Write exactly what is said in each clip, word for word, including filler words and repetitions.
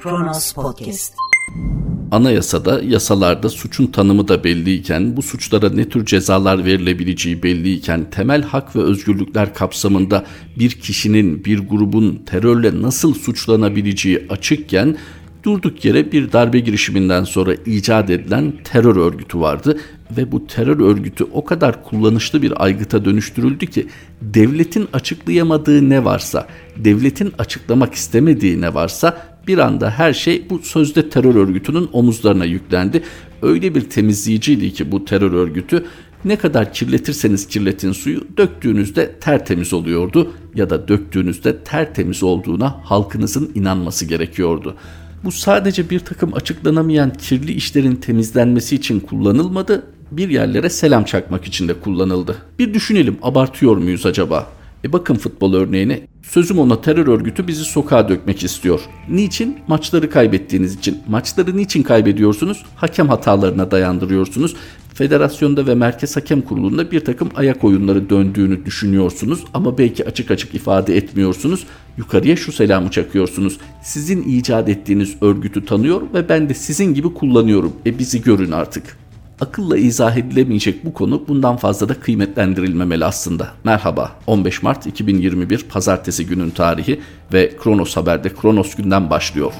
Kronos Podcast. Anayasada, yasalarda suçun tanımı da belliyken, bu suçlara ne tür cezalar verilebileceği belliyken, temel hak ve özgürlükler kapsamında bir kişinin, bir grubun terörle nasıl suçlanabileceği açıkken, durduk yere bir darbe girişiminden sonra icat edilen terör örgütü vardı ve bu terör örgütü o kadar kullanışlı bir aygıta dönüştürüldü ki devletin açıklayamadığı ne varsa, devletin açıklamak istemediği ne varsa bir anda her şey bu sözde terör örgütünün omuzlarına yüklendi. Öyle bir temizleyiciydi ki bu terör örgütü, ne kadar kirletirseniz kirletin suyu, döktüğünüzde tertemiz oluyordu ya da döktüğünüzde tertemiz olduğuna halkınızın inanması gerekiyordu. Bu sadece bir takım açıklanamayan kirli işlerin temizlenmesi için kullanılmadı, bir yerlere selam çakmak için de kullanıldı. Bir düşünelim, abartıyor muyuz acaba? E bakın futbol örneğine, sözüm ona terör örgütü bizi sokağa dökmek istiyor. Niçin? Maçları kaybettiğiniz için. Maçları niçin kaybediyorsunuz? Hakem hatalarına dayandırıyorsunuz. Federasyonda ve Merkez Hakem Kurulu'nda bir takım ayak oyunları döndüğünü düşünüyorsunuz ama belki açık açık ifade etmiyorsunuz. Yukarıya şu selamı çakıyorsunuz. Sizin icat ettiğiniz örgütü tanıyor ve ben de sizin gibi kullanıyorum. E bizi görün artık. Akılla izah edilemeyecek bu konu bundan fazla da kıymetlendirilmemeli aslında. Merhaba, on beş Mart iki bin yirmi bir Pazartesi günün tarihi ve Kronos Haber'de Kronos günden başlıyor.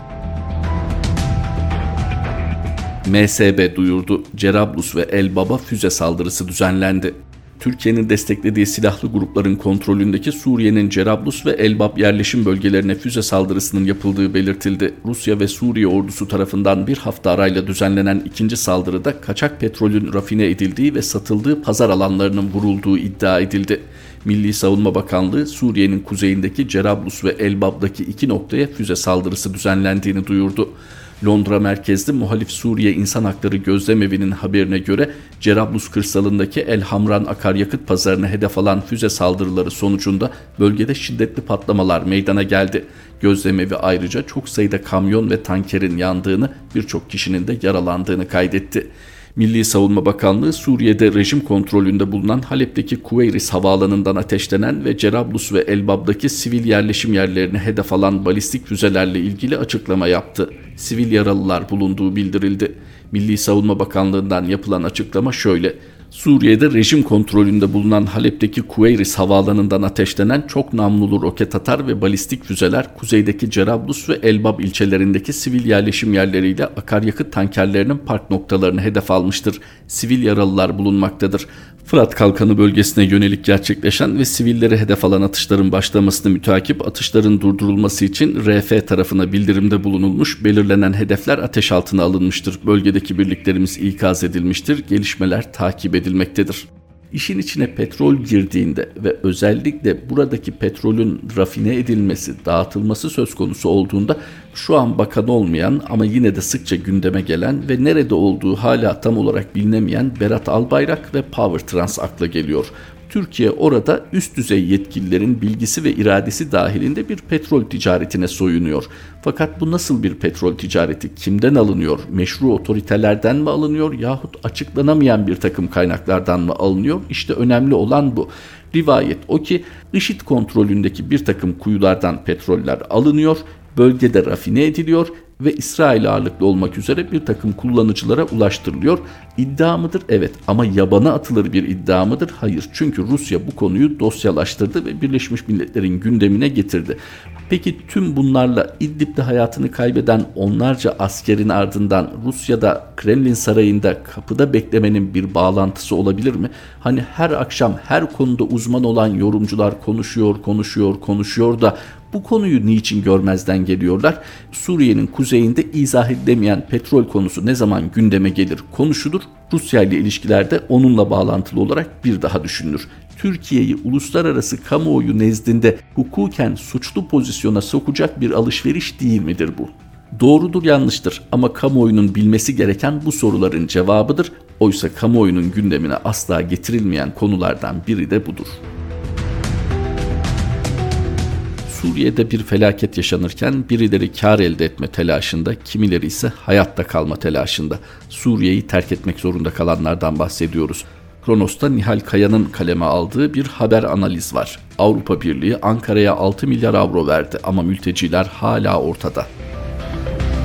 M S B duyurdu, Cerablus ve Elbap'a füze saldırısı düzenlendi. Türkiye'nin desteklediği silahlı grupların kontrolündeki Suriye'nin Cerablus ve Elbap yerleşim bölgelerine füze saldırısının yapıldığı belirtildi. Rusya ve Suriye ordusu tarafından bir hafta arayla düzenlenen ikinci saldırıda kaçak petrolün rafine edildiği ve satıldığı pazar alanlarının vurulduğu iddia edildi. Milli Savunma Bakanlığı, Suriye'nin kuzeyindeki Cerablus ve Elbap'daki iki noktaya füze saldırısı düzenlendiğini duyurdu. Londra merkezli muhalif Suriye İnsan Hakları Gözlemevi'nin haberine göre Cerablus kırsalındaki El Hamran akaryakıt pazarına hedef alan füze saldırıları sonucunda bölgede şiddetli patlamalar meydana geldi. Gözlemevi ayrıca çok sayıda kamyon ve tankerin yandığını, birçok kişinin de yaralandığını kaydetti. Milli Savunma Bakanlığı, Suriye'de rejim kontrolünde bulunan Halep'teki Kuveyris havaalanından ateşlenen ve Cerablus ve Elbap'daki sivil yerleşim yerlerine hedef alan balistik füzelerle ilgili açıklama yaptı. Sivil yaralılar bulunduğu bildirildi. Milli Savunma Bakanlığı'ndan yapılan açıklama şöyle: Suriye'de rejim kontrolünde bulunan Halep'teki Kuveyris havaalanından ateşlenen çok namlulu roket atar ve balistik füzeler kuzeydeki Cerablus ve Elbap ilçelerindeki sivil yerleşim yerleriyle akaryakıt tankerlerinin park noktalarını hedef almıştır. Sivil yaralılar bulunmaktadır. Fırat Kalkanı bölgesine yönelik gerçekleşen ve sivilleri hedef alan atışların başlamasını mütakip atışların durdurulması için R F tarafına bildirimde bulunulmuş, belirlenen hedefler ateş altına alınmıştır. Bölgedeki birliklerimiz ikaz edilmiştir. Gelişmeler takip edilmektedir. İşin içine petrol girdiğinde ve özellikle buradaki petrolün rafine edilmesi, dağıtılması söz konusu olduğunda şu an bakan olmayan ama yine de sıkça gündeme gelen ve nerede olduğu hala tam olarak bilinemeyen Berat Albayrak ve Power Trans akla geliyor. Türkiye orada üst düzey yetkililerin bilgisi ve iradesi dahilinde bir petrol ticaretine soyunuyor. Fakat bu nasıl bir petrol ticareti? Kimden alınıyor? Meşru otoritelerden mi alınıyor yahut açıklanamayan bir takım kaynaklardan mı alınıyor? İşte önemli olan bu. Rivayet o ki IŞİD kontrolündeki bir takım kuyulardan petroller alınıyor, bölgede rafine ediliyor ve İsrail ağırlıklı olmak üzere bir takım kullanıcılara ulaştırılıyor. İddia mıdır? Evet. Ama yabana atılır bir iddia mıdır? Hayır. Çünkü Rusya bu konuyu dosyalaştırdı ve Birleşmiş Milletler'in gündemine getirdi. Peki tüm bunlarla İdlib'de hayatını kaybeden onlarca askerin ardından Rusya'da Kremlin Sarayı'nda kapıda beklemenin bir bağlantısı olabilir mi? Hani her akşam her konuda uzman olan yorumcular konuşuyor, konuşuyor, konuşuyor da bu konuyu niçin görmezden geliyorlar? Suriye'nin kuzeyinde izah edilemeyen petrol konusu ne zaman gündeme gelir, konuşulur. Rusya ile ilişkilerde onunla bağlantılı olarak bir daha düşünülür. Türkiye'yi uluslararası kamuoyu nezdinde hukuken suçlu pozisyona sokacak bir alışveriş değil midir bu? Doğrudur, yanlıştır ama kamuoyunun bilmesi gereken bu soruların cevabıdır. Oysa kamuoyunun gündemine asla getirilmeyen konulardan biri de budur. Suriye'de bir felaket yaşanırken birileri kar elde etme telaşında, kimileri ise hayatta kalma telaşında. Suriye'yi terk etmek zorunda kalanlardan bahsediyoruz. Kronos'ta Nihal Kaya'nın kaleme aldığı bir haber analiz var. Avrupa Birliği Ankara'ya altı milyar avro verdi ama mülteciler hala ortada.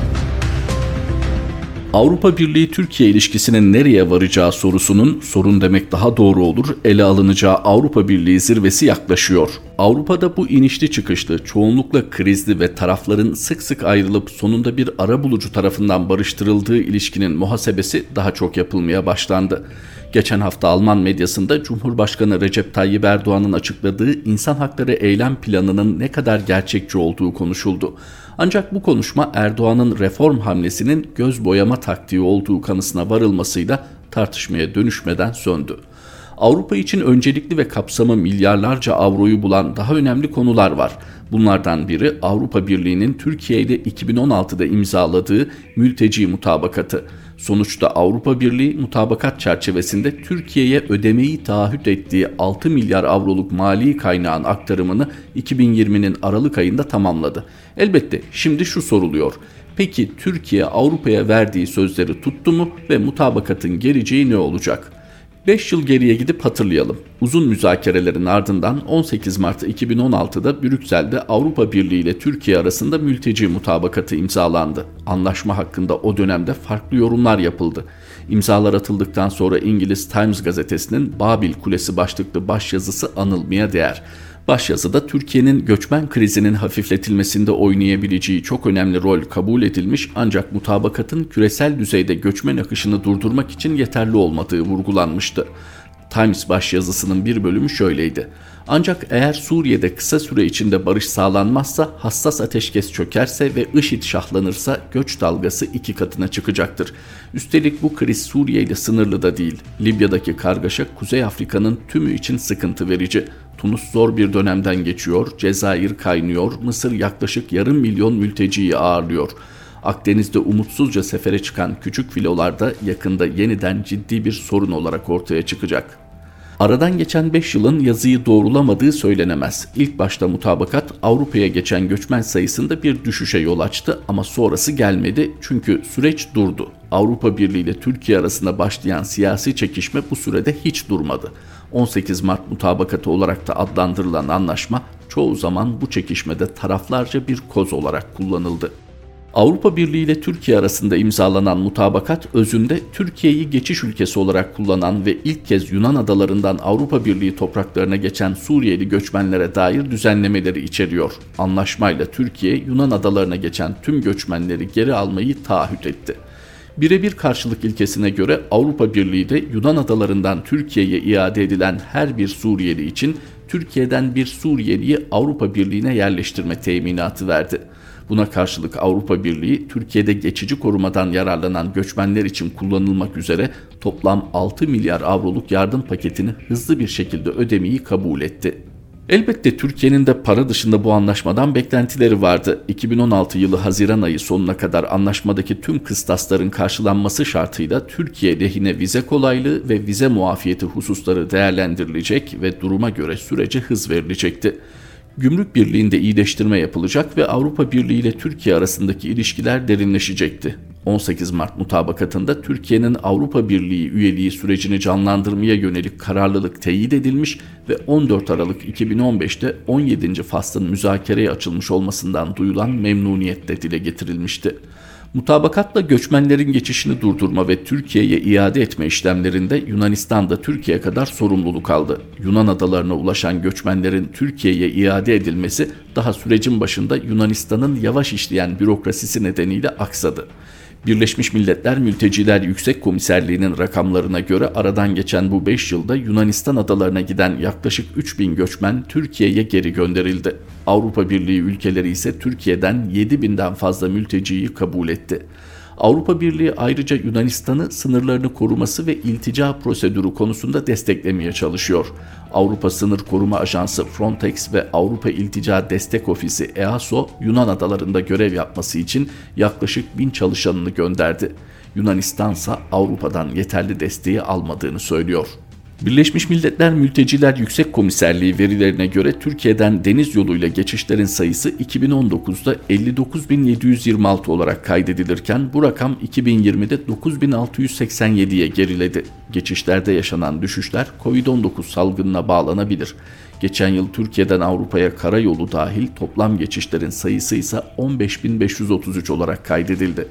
Avrupa Birliği-Türkiye ilişkisinin nereye varacağı sorusunun, sorun demek daha doğru olur, ele alınacağı Avrupa Birliği zirvesi yaklaşıyor. Avrupa'da bu inişli çıkışlı, çoğunlukla krizli ve tarafların sık sık ayrılıp sonunda bir arabulucu tarafından barıştırıldığı ilişkinin muhasebesi daha çok yapılmaya başlandı. Geçen hafta Alman medyasında Cumhurbaşkanı Recep Tayyip Erdoğan'ın açıkladığı insan hakları eylem planının ne kadar gerçekçi olduğu konuşuldu. Ancak bu konuşma Erdoğan'ın reform hamlesinin göz boyama taktiği olduğu kanısına varılmasıyla tartışmaya dönüşmeden söndü. Avrupa için öncelikli ve kapsamı milyarlarca avroyu bulan daha önemli konular var. Bunlardan biri Avrupa Birliği'nin Türkiye ile iki bin on altıda imzaladığı mülteci mutabakatı. Sonuçta Avrupa Birliği mutabakat çerçevesinde Türkiye'ye ödemeyi taahhüt ettiği altı milyar avroluk mali kaynağın aktarımını iki bin yirminin Aralık ayında tamamladı. Elbette şimdi şu soruluyor. Peki Türkiye Avrupa'ya verdiği sözleri tuttu mu ve mutabakatın geleceği ne olacak? beş yıl geriye gidip hatırlayalım. Uzun müzakerelerin ardından on sekiz Mart iki bin on altıda Brüksel'de Avrupa Birliği ile Türkiye arasında mülteci mutabakatı imzalandı. Anlaşma hakkında o dönemde farklı yorumlar yapıldı. İmzalar atıldıktan sonra İngiliz Times gazetesinin Babil Kulesi başlıklı başyazısı anılmaya değer. Başyazıda Türkiye'nin göçmen krizinin hafifletilmesinde oynayabileceği çok önemli rol kabul edilmiş ancak mutabakatın küresel düzeyde göçmen akışını durdurmak için yeterli olmadığı vurgulanmıştı. Times başyazısının bir bölümü şöyleydi. Ancak eğer Suriye'de kısa süre içinde barış sağlanmazsa, hassas ateşkes çökerse ve IŞİD şahlanırsa göç dalgası iki katına çıkacaktır. Üstelik bu kriz Suriye ile sınırlı da değil. Libya'daki kargaşa Kuzey Afrika'nın tümü için sıkıntı verici. Tunus zor bir dönemden geçiyor, Cezayir kaynıyor, Mısır yaklaşık yarım milyon mülteciyi ağırlıyor. Akdeniz'de umutsuzca sefere çıkan küçük filolarda yakında yeniden ciddi bir sorun olarak ortaya çıkacak. Aradan geçen beş yılın yazıyı doğrulamadığı söylenemez. İlk başta mutabakat Avrupa'ya geçen göçmen sayısında bir düşüşe yol açtı ama sonrası gelmedi çünkü süreç durdu. Avrupa Birliği ile Türkiye arasında başlayan siyasi çekişme bu sürede hiç durmadı. on sekiz Mart mutabakatı olarak da adlandırılan anlaşma çoğu zaman bu çekişmede taraflarca bir koz olarak kullanıldı. Avrupa Birliği ile Türkiye arasında imzalanan mutabakat özünde Türkiye'yi geçiş ülkesi olarak kullanan ve ilk kez Yunan adalarından Avrupa Birliği topraklarına geçen Suriyeli göçmenlere dair düzenlemeleri içeriyor. Anlaşmayla Türkiye Yunan adalarına geçen tüm göçmenleri geri almayı taahhüt etti. Birebir karşılık ilkesine göre Avrupa Birliği de Yunan adalarından Türkiye'ye iade edilen her bir Suriyeli için Türkiye'den bir Suriyeliyi Avrupa Birliği'ne yerleştirme teminatı verdi. Buna karşılık Avrupa Birliği, Türkiye'de geçici korumadan yararlanan göçmenler için kullanılmak üzere toplam altı milyar avroluk yardım paketini hızlı bir şekilde ödemeyi kabul etti. Elbette Türkiye'nin de para dışında bu anlaşmadan beklentileri vardı. iki bin on altı yılı Haziran ayı sonuna kadar anlaşmadaki tüm kıstasların karşılanması şartıyla Türkiye lehine vize kolaylığı ve vize muafiyeti hususları değerlendirilecek ve duruma göre sürece hız verilecekti. Gümrük Birliği'nde iyileştirme yapılacak ve Avrupa Birliği ile Türkiye arasındaki ilişkiler derinleşecekti. on sekiz Mart mutabakatında Türkiye'nin Avrupa Birliği üyeliği sürecini canlandırmaya yönelik kararlılık teyit edilmiş ve on dört Aralık iki bin on beşte on yedinci faslın müzakereye açılmış olmasından duyulan memnuniyet de dile getirilmişti. Mutabakatla göçmenlerin geçişini durdurma ve Türkiye'ye iade etme işlemlerinde Yunanistan da Türkiye kadar sorumluluk aldı. Yunan adalarına ulaşan göçmenlerin Türkiye'ye iade edilmesi daha sürecin başında Yunanistan'ın yavaş işleyen bürokrasisi nedeniyle aksadı. Birleşmiş Milletler Mülteciler Yüksek Komiserliği'nin rakamlarına göre aradan geçen bu beş yılda Yunanistan adalarına giden yaklaşık üç bin göçmen Türkiye'ye geri gönderildi. Avrupa Birliği ülkeleri ise Türkiye'den yedi binden fazla mülteciyi kabul etti. Avrupa Birliği ayrıca Yunanistan'ı sınırlarını koruması ve iltica prosedürü konusunda desteklemeye çalışıyor. Avrupa Sınır Koruma Ajansı Frontex ve Avrupa İltica Destek Ofisi E A S O, Yunan adalarında görev yapması için yaklaşık bin çalışanını gönderdi. Yunanistan ise Avrupa'dan yeterli desteği almadığını söylüyor. Birleşmiş Milletler Mülteciler Yüksek Komiserliği verilerine göre Türkiye'den deniz yoluyla geçişlerin sayısı iki bin on dokuzda elli dokuz bin yedi yüz yirmi altı olarak kaydedilirken bu rakam iki bin yirmide dokuz bin altı yüz seksen yediye geriledi. Geçişlerde yaşanan düşüşler kovid on dokuz salgınına bağlanabilir. Geçen yıl Türkiye'den Avrupa'ya karayolu dahil toplam geçişlerin sayısı ise on beş bin beş yüz otuz üç olarak kaydedildi.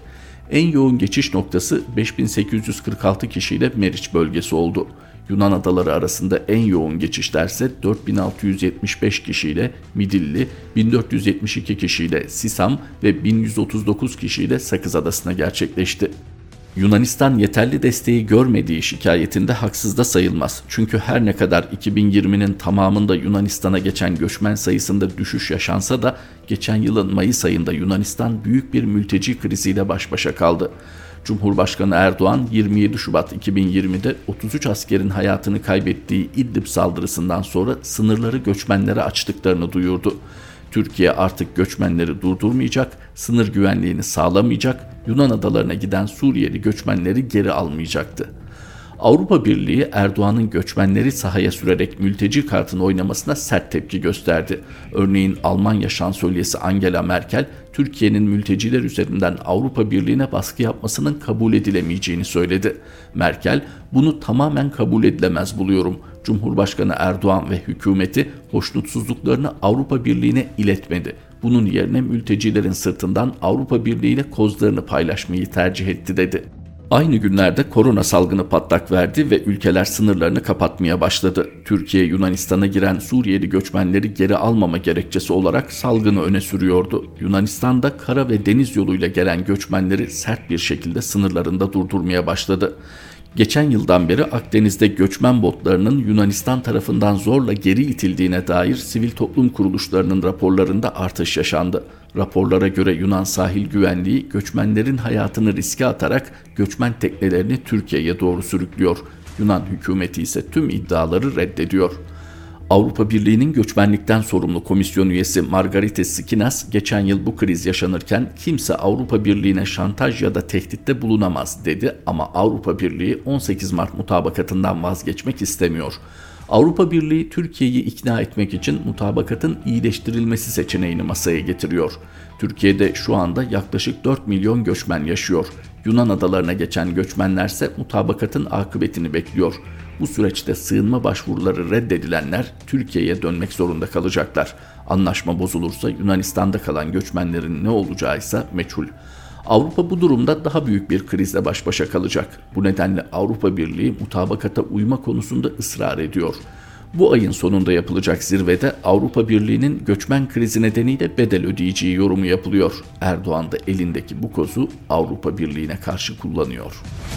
En yoğun geçiş noktası beş bin sekiz yüz kırk altı kişiyle Meriç bölgesi oldu. Yunan adaları arasında en yoğun geçişler ise dört bin altı yüz yetmiş beş kişiyle Midilli, bin dört yüz yetmiş iki kişiyle Sisam ve bin yüz otuz dokuz kişiyle Sakız Adası'na gerçekleşti. Yunanistan yeterli desteği görmediği şikayetinde haksız da sayılmaz. Çünkü her ne kadar iki bin yirminin tamamında Yunanistan'a geçen göçmen sayısında düşüş yaşansa da geçen yılın Mayıs ayında Yunanistan büyük bir mülteci kriziyle baş başa kaldı. Cumhurbaşkanı Erdoğan yirmi yedi Şubat iki bin yirmide otuz üç askerin hayatını kaybettiği İdlib saldırısından sonra sınırları göçmenlere açtıklarını duyurdu. Türkiye artık göçmenleri durdurmayacak, sınır güvenliğini sağlamayacak, Yunan adalarına giden Suriyeli göçmenleri geri almayacaktı. Avrupa Birliği Erdoğan'ın göçmenleri sahaya sürerek mülteci kartını oynamasına sert tepki gösterdi. Örneğin Almanya Şansölyesi Angela Merkel, Türkiye'nin mülteciler üzerinden Avrupa Birliği'ne baskı yapmasının kabul edilemeyeceğini söyledi. Merkel, "Bunu tamamen kabul edilemez buluyorum. Cumhurbaşkanı Erdoğan ve hükümeti hoşnutsuzluklarını Avrupa Birliği'ne iletmedi. Bunun yerine mültecilerin sırtından Avrupa Birliği ile kozlarını paylaşmayı tercih etti" dedi. Aynı günlerde korona salgını patlak verdi ve ülkeler sınırlarını kapatmaya başladı. Türkiye, Yunanistan'a giren Suriyeli göçmenleri geri almama gerekçesi olarak salgını öne sürüyordu. Yunanistan da kara ve deniz yoluyla gelen göçmenleri sert bir şekilde sınırlarında durdurmaya başladı. Geçen yıldan beri Akdeniz'de göçmen botlarının Yunanistan tarafından zorla geri itildiğine dair sivil toplum kuruluşlarının raporlarında artış yaşandı. Raporlara göre Yunan sahil güvenliği göçmenlerin hayatını riske atarak göçmen teknelerini Türkiye'ye doğru sürüklüyor. Yunan hükümeti ise tüm iddiaları reddediyor. Avrupa Birliği'nin göçmenlikten sorumlu komisyon üyesi Margaritis Skinas, geçen yıl bu kriz yaşanırken kimse Avrupa Birliği'ne şantaj ya da tehditte bulunamaz dedi ama Avrupa Birliği on sekiz Mart mutabakatından vazgeçmek istemiyor. Avrupa Birliği Türkiye'yi ikna etmek için mutabakatın iyileştirilmesi seçeneğini masaya getiriyor. Türkiye'de şu anda yaklaşık dört milyon göçmen yaşıyor. Yunan adalarına geçen göçmenlerse mutabakatın akıbetini bekliyor. Bu süreçte sığınma başvuruları reddedilenler Türkiye'ye dönmek zorunda kalacaklar. Anlaşma bozulursa Yunanistan'da kalan göçmenlerin ne olacağı ise meçhul. Avrupa bu durumda daha büyük bir krizle baş başa kalacak. Bu nedenle Avrupa Birliği mutabakata uyma konusunda ısrar ediyor. Bu ayın sonunda yapılacak zirvede Avrupa Birliği'nin göçmen krizi nedeniyle bedel ödeyeceği yorumu yapılıyor. Erdoğan da elindeki bu kozu Avrupa Birliği'ne karşı kullanıyor.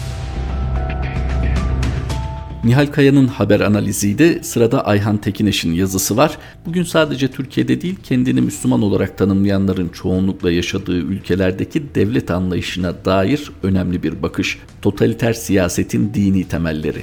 Nihal Kaya'nın haber analiziydi. Sırada Ayhan Tekineş'in yazısı var. Bugün sadece Türkiye'de değil, kendini Müslüman olarak tanımlayanların çoğunlukla yaşadığı ülkelerdeki devlet anlayışına dair önemli bir bakış. Totaliter siyasetin dini temelleri.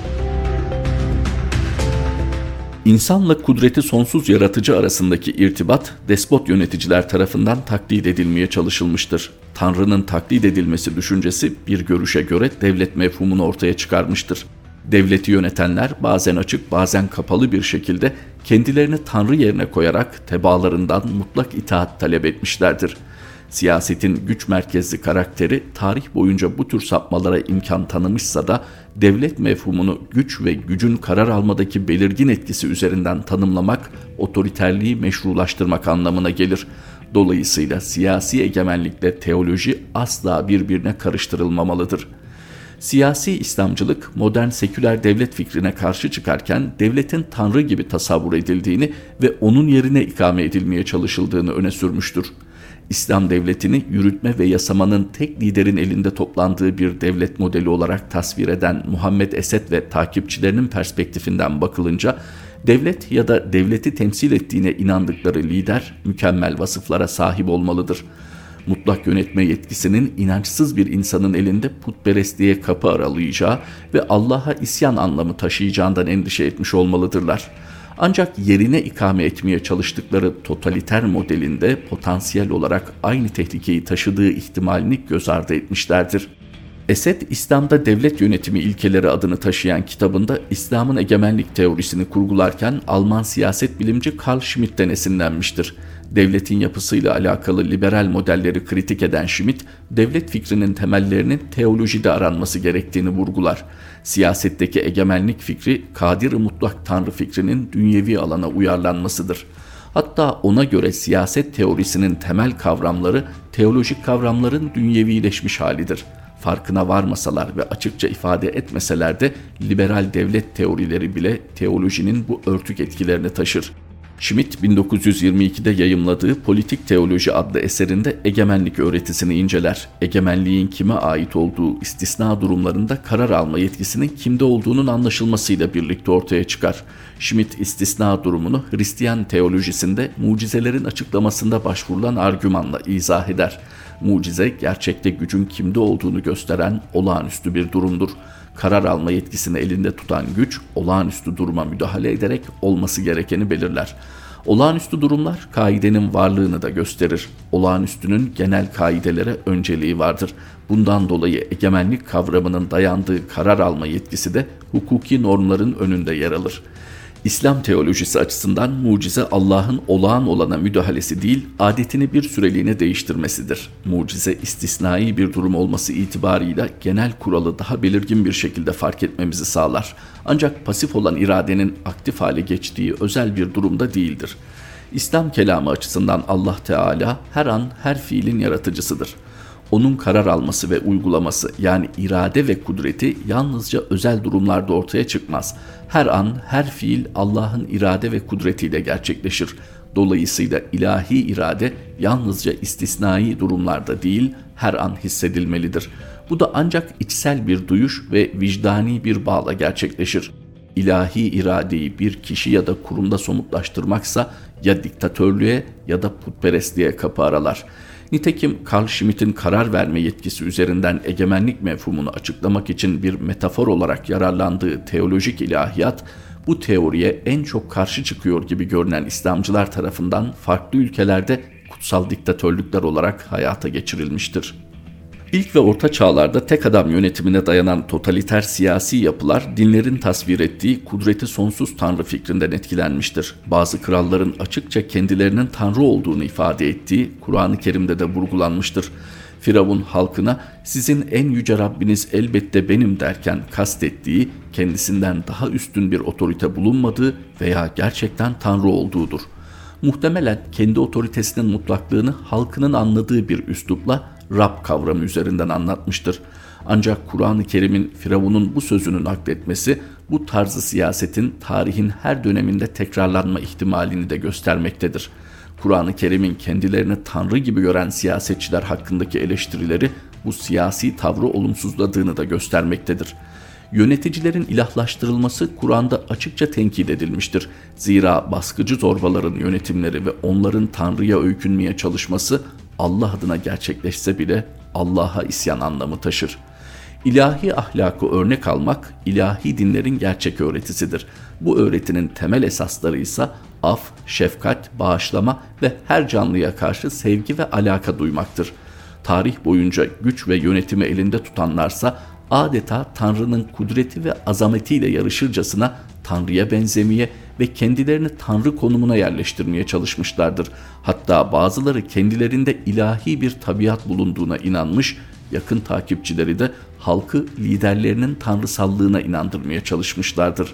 İnsanla kudreti sonsuz yaratıcı arasındaki irtibat, despot yöneticiler tarafından taklit edilmeye çalışılmıştır. Tanrı'nın taklit edilmesi düşüncesi bir görüşe göre devlet mefhumunu ortaya çıkarmıştır. Devleti yönetenler bazen açık bazen kapalı bir şekilde kendilerini Tanrı yerine koyarak tebaalarından mutlak itaat talep etmişlerdir. Siyasetin güç merkezli karakteri tarih boyunca bu tür sapmalara imkan tanımışsa da devlet mefhumunu güç ve gücün karar almadaki belirgin etkisi üzerinden tanımlamak, otoriterliği meşrulaştırmak anlamına gelir. Dolayısıyla siyasi egemenlikle teoloji asla birbirine karıştırılmamalıdır. Siyasi İslamcılık modern seküler devlet fikrine karşı çıkarken devletin Tanrı gibi tasavvur edildiğini ve onun yerine ikame edilmeye çalışıldığını öne sürmüştür. İslam devletini yürütme ve yasamanın tek liderin elinde toplandığı bir devlet modeli olarak tasvir eden Muhammed Esed ve takipçilerinin perspektifinden bakılınca devlet ya da devleti temsil ettiğine inandıkları lider mükemmel vasıflara sahip olmalıdır. Mutlak yönetme yetkisinin inançsız bir insanın elinde putperestliğe kapı aralayacağı ve Allah'a isyan anlamı taşıyacağından endişe etmiş olmalıdırlar. Ancak yerine ikame etmeye çalıştıkları totaliter modelinde potansiyel olarak aynı tehlikeyi taşıdığı ihtimalini göz ardı etmişlerdir. Esed, İslam'da devlet yönetimi ilkeleri adını taşıyan kitabında İslam'ın egemenlik teorisini kurgularken Alman siyaset bilimci Carl Schmitt'ten esinlenmiştir. Devletin yapısıyla alakalı liberal modelleri kritik eden Schmitt, devlet fikrinin temellerinin teolojide aranması gerektiğini vurgular. Siyasetteki egemenlik fikri, kadir-i mutlak tanrı fikrinin dünyevi alana uyarlanmasıdır. Hatta ona göre siyaset teorisinin temel kavramları teolojik kavramların dünyevileşmiş halidir. Farkına varmasalar ve açıkça ifade etmeseler de liberal devlet teorileri bile teolojinin bu örtük etkilerini taşır. Schmitt bin dokuz yüz yirmi ikide yayımladığı Politik Teoloji adlı eserinde egemenlik öğretisini inceler. Egemenliğin kime ait olduğu istisna durumlarında karar alma yetkisinin kimde olduğunun anlaşılmasıyla birlikte ortaya çıkar. Schmitt istisna durumunu Hristiyan teolojisinde mucizelerin açıklamasında başvurulan argümanla izah eder. Mucize, gerçekte gücün kimde olduğunu gösteren olağanüstü bir durumdur. Karar alma yetkisini elinde tutan güç, olağanüstü duruma müdahale ederek olması gerekeni belirler. Olağanüstü durumlar, kaidenin varlığını da gösterir. Olağanüstünün genel kaidelere önceliği vardır. Bundan dolayı egemenlik kavramının dayandığı karar alma yetkisi de hukuki normların önünde yer alır. İslam teolojisi açısından mucize Allah'ın olağan olana müdahalesi değil, adetini bir süreliğine değiştirmesidir. Mucize istisnai bir durum olması itibarıyla genel kuralı daha belirgin bir şekilde fark etmemizi sağlar. Ancak pasif olan iradenin aktif hale geçtiği özel bir durumda değildir. İslam kelamı açısından Allah Teala her an her fiilin yaratıcısıdır. Onun karar alması ve uygulaması, yani irade ve kudreti yalnızca özel durumlarda ortaya çıkmaz. Her an, her fiil Allah'ın irade ve kudretiyle gerçekleşir. Dolayısıyla ilahi irade yalnızca istisnai durumlarda değil, her an hissedilmelidir. Bu da ancak içsel bir duyuş ve vicdani bir bağla gerçekleşir. İlahi iradeyi bir kişi ya da kurumda somutlaştırmaksa ya diktatörlüğe ya da putperestliğe kapı aralar. Nitekim Carl Schmitt'in karar verme yetkisi üzerinden egemenlik mefhumunu açıklamak için bir metafor olarak yararlandığı teolojik ilahiyat, bu teoriye en çok karşı çıkıyor gibi görünen İslamcılar tarafından farklı ülkelerde kutsal diktatörlükler olarak hayata geçirilmiştir. İlk ve orta çağlarda tek adam yönetimine dayanan totaliter siyasi yapılar dinlerin tasvir ettiği kudreti sonsuz tanrı fikrinden etkilenmiştir. Bazı kralların açıkça kendilerinin tanrı olduğunu ifade ettiği Kur'an-ı Kerim'de de vurgulanmıştır. Firavun halkına sizin en yüce Rabbiniz elbette benim derken kastettiği kendisinden daha üstün bir otorite bulunmadığı veya gerçekten tanrı olduğudur. Muhtemelen kendi otoritesinin mutlaklığını halkının anladığı bir üslupla Rab kavramı üzerinden anlatmıştır. Ancak Kur'an-ı Kerim'in Firavun'un bu sözünü nakletmesi bu tarzı siyasetin tarihin her döneminde tekrarlanma ihtimalini de göstermektedir. Kur'an-ı Kerim'in kendilerini tanrı gibi gören siyasetçiler hakkındaki eleştirileri bu siyasi tavrı olumsuzladığını da göstermektedir. Yöneticilerin ilahlaştırılması Kur'an'da açıkça tenkit edilmiştir. Zira baskıcı zorbaların yönetimleri ve onların Tanrı'ya öykünmeye çalışması Allah adına gerçekleşse bile Allah'a isyan anlamı taşır. İlahi ahlakı örnek almak, ilahi dinlerin gerçek öğretisidir. Bu öğretinin temel esasları ise af, şefkat, bağışlama ve her canlıya karşı sevgi ve alaka duymaktır. Tarih boyunca güç ve yönetimi elinde tutanlarsa adeta Tanrı'nın kudreti ve azametiyle yarışırcasına Tanrı'ya benzemeye ve kendilerini Tanrı konumuna yerleştirmeye çalışmışlardır. Hatta bazıları kendilerinde ilahi bir tabiat bulunduğuna inanmış, yakın takipçileri de halkı liderlerinin tanrısallığına inandırmaya çalışmışlardır.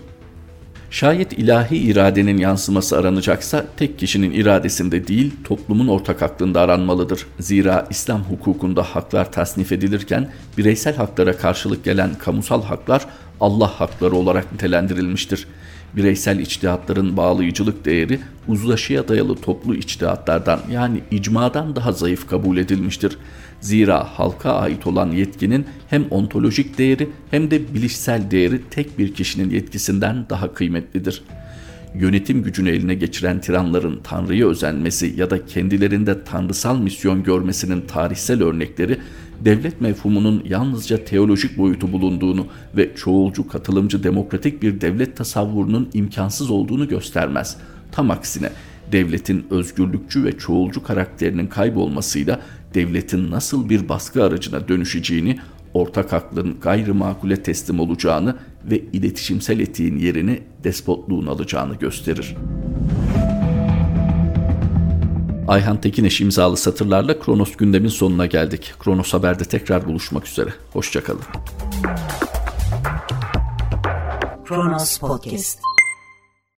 Şayet ilahi iradenin yansıması aranacaksa tek kişinin iradesinde değil, toplumun ortak aklında aranmalıdır. Zira İslam hukukunda haklar tasnif edilirken bireysel haklara karşılık gelen kamusal haklar Allah hakları olarak nitelendirilmiştir. Bireysel içtihatların bağlayıcılık değeri uzlaşıya dayalı toplu içtihatlardan yani icmadan daha zayıf kabul edilmiştir. Zira halka ait olan yetkinin hem ontolojik değeri hem de bilişsel değeri tek bir kişinin yetkisinden daha kıymetlidir. Yönetim gücünü eline geçiren tiranların Tanrı'ya özenmesi ya da kendilerinde tanrısal misyon görmesinin tarihsel örnekleri, devlet mefhumunun yalnızca teolojik boyutu bulunduğunu ve çoğulcu, katılımcı, demokratik bir devlet tasavvurunun imkansız olduğunu göstermez. Tam aksine devletin özgürlükçü ve çoğulcu karakterinin kaybolmasıyla devletin nasıl bir baskı aracına dönüşeceğini, ortak aklın gayrimakule teslim olacağını ve iletişimsel etiğin yerini despotluğun alacağını gösterir. Ayhan Tekineş imzalı satırlarla Kronos gündemin sonuna geldik. Kronos Haber'de tekrar buluşmak üzere. Hoşça kalın. Kronos Podcast.